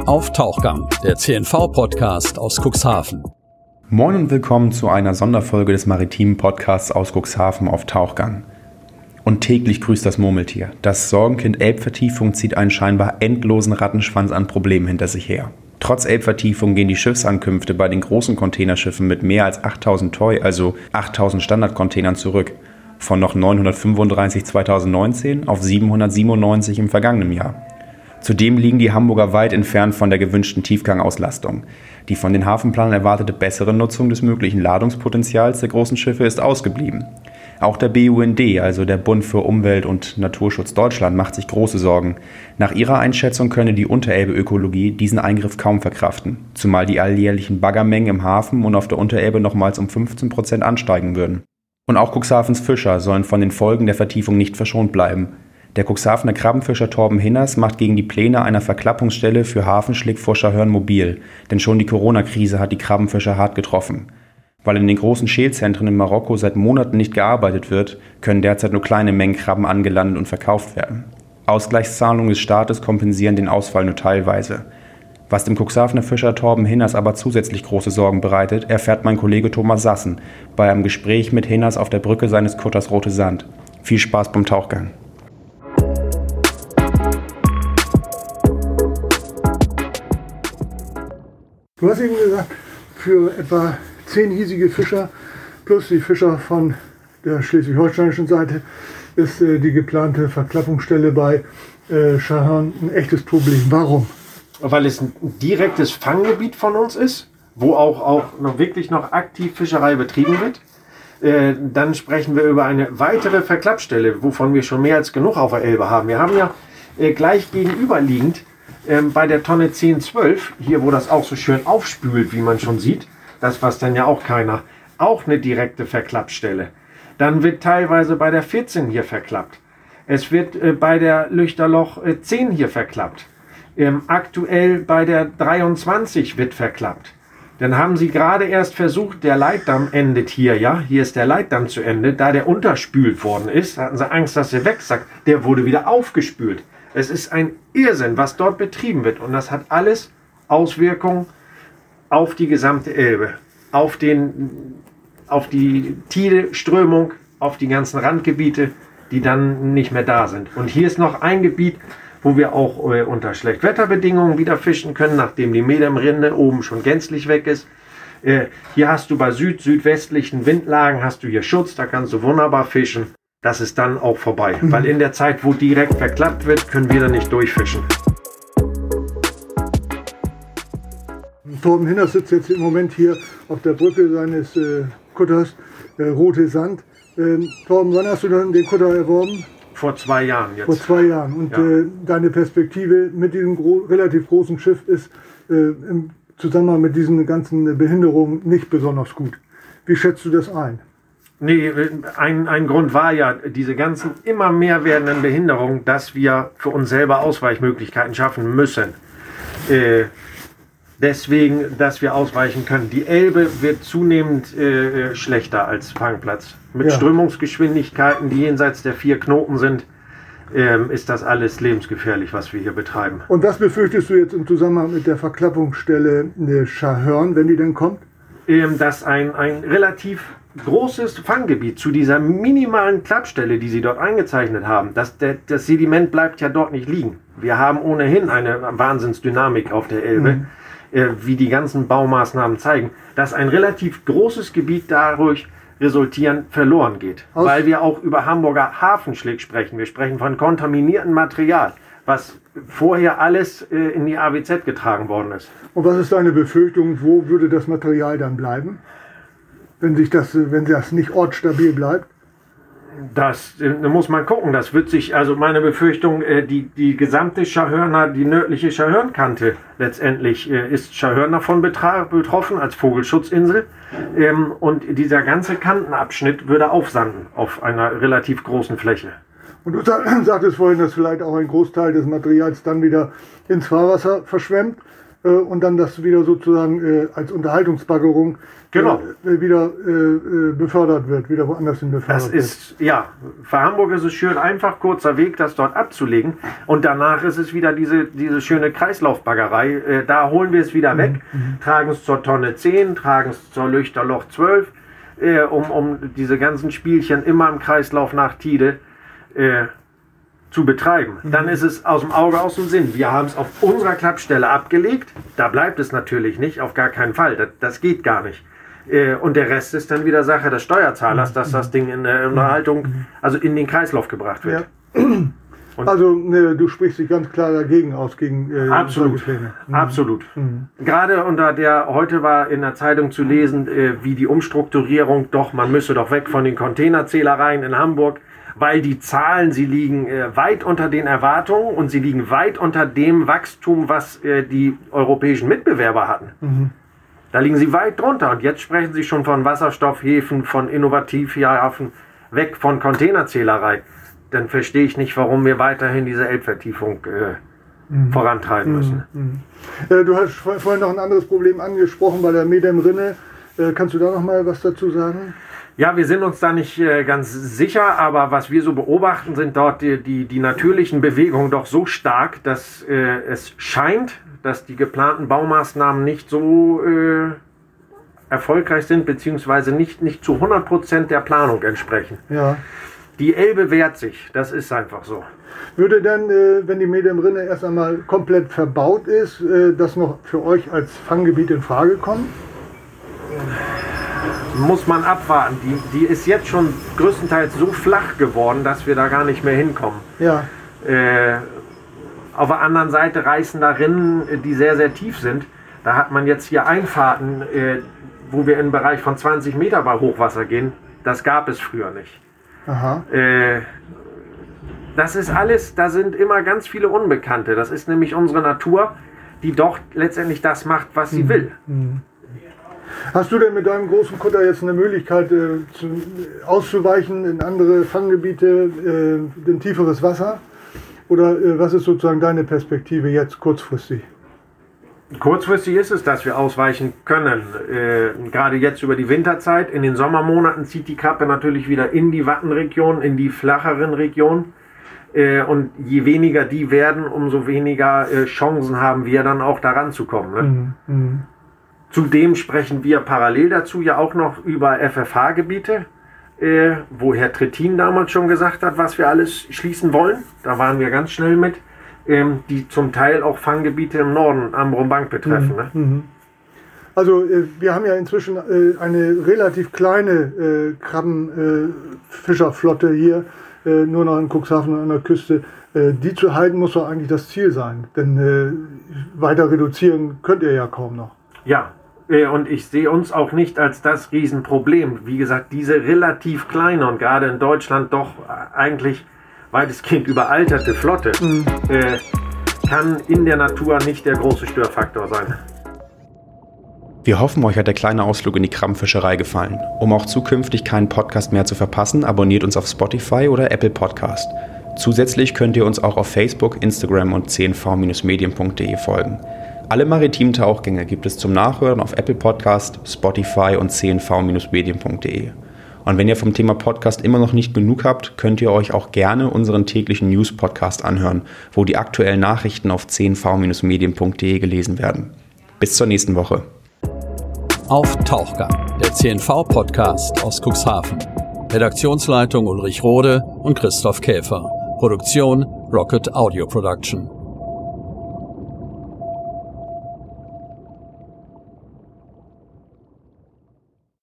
auf Tauchgang, der CNV-Podcast aus Cuxhaven. Moin und willkommen zu einer Sonderfolge des maritimen Podcasts aus Cuxhaven auf Tauchgang. Und täglich grüßt das Murmeltier. Das Sorgenkind Elbvertiefung zieht einen scheinbar endlosen Rattenschwanz an Problemen hinter sich her. Trotz Elbvertiefung gehen die Schiffsankünfte bei den großen Containerschiffen mit mehr als 8000 TEU, also 8000 Standardcontainern zurück. Von noch 935 2019 auf 797 im vergangenen Jahr. Zudem liegen die Hamburger weit entfernt von der gewünschten Tiefgangauslastung. Die von den Hafenplanern erwartete bessere Nutzung des möglichen Ladungspotenzials der großen Schiffe ist ausgeblieben. Auch der BUND, also der Bund für Umwelt und Naturschutz Deutschland, macht sich große Sorgen. Nach ihrer Einschätzung könne die Unterelbe-Ökologie diesen Eingriff kaum verkraften, zumal die alljährlichen Baggermengen im Hafen und auf der Unterelbe nochmals um 15% ansteigen würden. Und auch Cuxhavens Fischer sollen von den Folgen der Vertiefung nicht verschont bleiben. Der Cuxhavener Krabbenfischer Torben Hinners macht gegen die Pläne einer Verklappungsstelle für Hafenschlick vor Scharhörn mobil, denn schon die Corona-Krise hat die Krabbenfischer hart getroffen. Weil in den großen Schälzentren in Marokko seit Monaten nicht gearbeitet wird, können derzeit nur kleine Mengen Krabben angelandet und verkauft werden. Ausgleichszahlungen des Staates kompensieren den Ausfall nur teilweise. Was dem Cuxhavener Fischer Torben Hinners aber zusätzlich große Sorgen bereitet, erfährt mein Kollege Thomas Sassen bei einem Gespräch mit Hinners auf der Brücke seines Kutters Rote Sand. Viel Spaß beim Tauchgang. Du hast eben gesagt, für etwa 10 hiesige Fischer plus die Fischer von der schleswig-holsteinischen Seite ist die geplante Verklappungsstelle bei Scharhörn ein echtes Problem. Warum? Weil es ein direktes Fanggebiet von uns ist, wo auch wirklich noch aktiv Fischerei betrieben wird. Dann sprechen wir über eine weitere Verklappstelle, wovon wir schon mehr als genug auf der Elbe haben. Wir haben ja gleich gegenüberliegend bei der Tonne 1012, hier wo das auch so schön aufspült, wie man schon sieht, das weiß dann ja auch keiner, auch eine direkte Verklappstelle. Dann wird teilweise bei der 14 hier verklappt. Es wird bei der Lüchterloch 10 hier verklappt. Aktuell bei der 23 wird verklappt. Dann haben sie gerade erst versucht, der Leitdamm endet hier, ja, hier ist der Leitdamm zu Ende, da der unterspült worden ist, hatten sie Angst, dass er wegsackt, der wurde wieder aufgespült. Es ist ein Irrsinn, was dort betrieben wird und das hat alles Auswirkungen auf die gesamte Elbe, auf die Tideströmung, auf die ganzen Randgebiete, die dann nicht mehr da sind. Und hier ist noch ein Gebiet, wo wir auch unter Schlechtwetterbedingungen wieder fischen können, nachdem die Medemrinde oben schon gänzlich weg ist. Hier hast du bei südwestlichen Windlagen hast du hier Schutz, da kannst du wunderbar fischen. Das ist dann auch vorbei, weil in der Zeit, wo direkt verklappt wird, können wir da nicht durchfischen. Torben Hinners sitzt jetzt im Moment hier auf der Brücke seines Kutters Rote Sand. Torben, wann hast du dann den Kutter erworben? Vor 2 Jahren jetzt. Vor 2 Jahren. Und ja. Deine Perspektive mit diesem relativ großen Schiff ist im Zusammenhang mit diesen ganzen Behinderungen nicht besonders gut. Wie schätzt du das ein? Nee, ein Grund war ja diese ganzen immer mehr werdenden Behinderungen, dass wir für uns selber Ausweichmöglichkeiten schaffen müssen. Deswegen, dass wir ausweichen können. Die Elbe wird zunehmend schlechter als Fangplatz. Mit Strömungsgeschwindigkeiten, die jenseits der 4 Knoten sind, ist das alles lebensgefährlich, was wir hier betreiben. Und was befürchtest du jetzt im Zusammenhang mit der Verklappungsstelle Scharhörn, wenn die denn kommt? Dass ein relativ großes Fanggebiet zu dieser minimalen Klappstelle, die sie dort eingezeichnet haben, das Sediment bleibt ja dort nicht liegen. Wir haben ohnehin eine Wahnsinnsdynamik auf der Elbe, wie die ganzen Baumaßnahmen zeigen, dass ein relativ großes Gebiet dadurch resultierend verloren geht. Weil wir auch über Hamburger Hafenschlick sprechen. Wir sprechen von kontaminiertem Material, was vorher alles in die AWZ getragen worden ist. Und was ist deine Befürchtung, wo würde das Material dann bleiben? Wenn das nicht ortsstabil bleibt? Das muss man gucken. Das wird sich, also meine Befürchtung, die gesamte Scharhörner, die nördliche Scharhörnkante letztendlich ist Scharhörn davon betroffen als Vogelschutzinsel. Und dieser ganze Kantenabschnitt würde aufsanden auf einer relativ großen Fläche. Und du sagtest vorhin, dass vielleicht auch ein Großteil des Materials dann wieder ins Fahrwasser verschwemmt. und dann das wieder sozusagen als Unterhaltungsbaggerung wieder befördert wird, wieder woanders hin befördert wird. Für Hamburg ist es schön einfach, kurzer Weg, das dort abzulegen und danach ist es wieder diese schöne Kreislaufbaggerei. Da holen wir es wieder weg, tragen es zur Tonne 10, tragen es zur Lüchterloch 12, um diese ganzen Spielchen immer im Kreislauf nach Tide zu betreiben. Dann ist es aus dem Auge, aus dem Sinn. Wir haben es auf unserer Klappstelle abgelegt. Da bleibt es natürlich nicht, auf gar keinen Fall. Das geht gar nicht. Und der Rest ist dann wieder Sache des Steuerzahlers, dass das Ding in der Unterhaltung, also in den Kreislauf gebracht wird. Ja. Also du sprichst dich ganz klar dagegen aus, gegen absolut, Pläne. Absolut. Gerade heute war in der Zeitung zu lesen, wie die Umstrukturierung man müsse doch weg von den Containerzählereien in Hamburg, weil die Zahlen, sie liegen weit unter den Erwartungen und sie liegen weit unter dem Wachstum, was die europäischen Mitbewerber hatten. Da liegen sie weit drunter und jetzt sprechen sie schon von Wasserstoffhäfen, von Innovativhafen, weg von Containerzählerei. Dann verstehe ich nicht, warum wir weiterhin diese Elbvertiefung vorantreiben müssen. Du hast vorhin noch ein anderes Problem angesprochen bei der Medem-Rinne. Kannst du da noch mal was dazu sagen? Ja, wir sind uns da nicht ganz sicher, aber was wir so beobachten, sind dort die natürlichen Bewegungen doch so stark, dass es scheint, dass die geplanten Baumaßnahmen nicht so erfolgreich sind, beziehungsweise nicht zu 100% der Planung entsprechen. Ja. Die Elbe wehrt sich, das ist einfach so. Würde dann, wenn die Medem-Rinne erst einmal komplett verbaut ist, das noch für euch als Fanggebiet in Frage kommen? Muss man abwarten. Die ist jetzt schon größtenteils so flach geworden, dass wir da gar nicht mehr hinkommen. Ja. Auf der anderen Seite reißen da Rinnen, die sehr, sehr tief sind. Da hat man jetzt hier Einfahrten, wo wir in den Bereich von 20 Meter bei Hochwasser gehen. Das gab es früher nicht. Aha. Das ist alles, da sind immer ganz viele Unbekannte. Das ist nämlich unsere Natur, die doch letztendlich das macht, was sie will. Hast du denn mit deinem großen Kutter jetzt eine Möglichkeit auszuweichen in andere Fanggebiete, in tieferes Wasser? Oder was ist sozusagen deine Perspektive jetzt kurzfristig? Kurzfristig ist es, dass wir ausweichen können. Gerade jetzt über die Winterzeit. In den Sommermonaten zieht die Krabbe natürlich wieder in die Wattenregion, in die flacheren Regionen. Und je weniger die werden, umso weniger Chancen haben wir dann auch daran zu kommen. Ne? Zudem sprechen wir parallel dazu ja auch noch über FFH-Gebiete, wo Herr Trittin damals schon gesagt hat, was wir alles schließen wollen. Da waren wir ganz schnell mit. Die zum Teil auch Fanggebiete im Norden am Rumbank betreffen. Ne? Also wir haben ja inzwischen eine relativ kleine Krabbenfischerflotte hier, nur noch in Cuxhaven und an der Küste. Die zu halten muss doch eigentlich das Ziel sein, denn weiter reduzieren könnt ihr ja kaum noch. Ja, und ich sehe uns auch nicht als das Riesenproblem. Wie gesagt, diese relativ kleine und gerade in Deutschland doch eigentlich weitestgehend überalterte Flotte kann in der Natur nicht der große Störfaktor sein. Wir hoffen, euch hat der kleine Ausflug in die Krabbenfischerei gefallen. Um auch zukünftig keinen Podcast mehr zu verpassen, abonniert uns auf Spotify oder Apple Podcast. Zusätzlich könnt ihr uns auch auf Facebook, Instagram und cnv-medien.de folgen. Alle maritimen Tauchgänge gibt es zum Nachhören auf Apple Podcast, Spotify und cnv-medien.de. Und wenn ihr vom Thema Podcast immer noch nicht genug habt, könnt ihr euch auch gerne unseren täglichen News-Podcast anhören, wo die aktuellen Nachrichten auf cnv-medien.de gelesen werden. Bis zur nächsten Woche. Auf Tauchgang, der CNV-Podcast aus Cuxhaven. Redaktionsleitung Ulrich Rode und Christoph Käfer. Produktion Rocket Audio Production.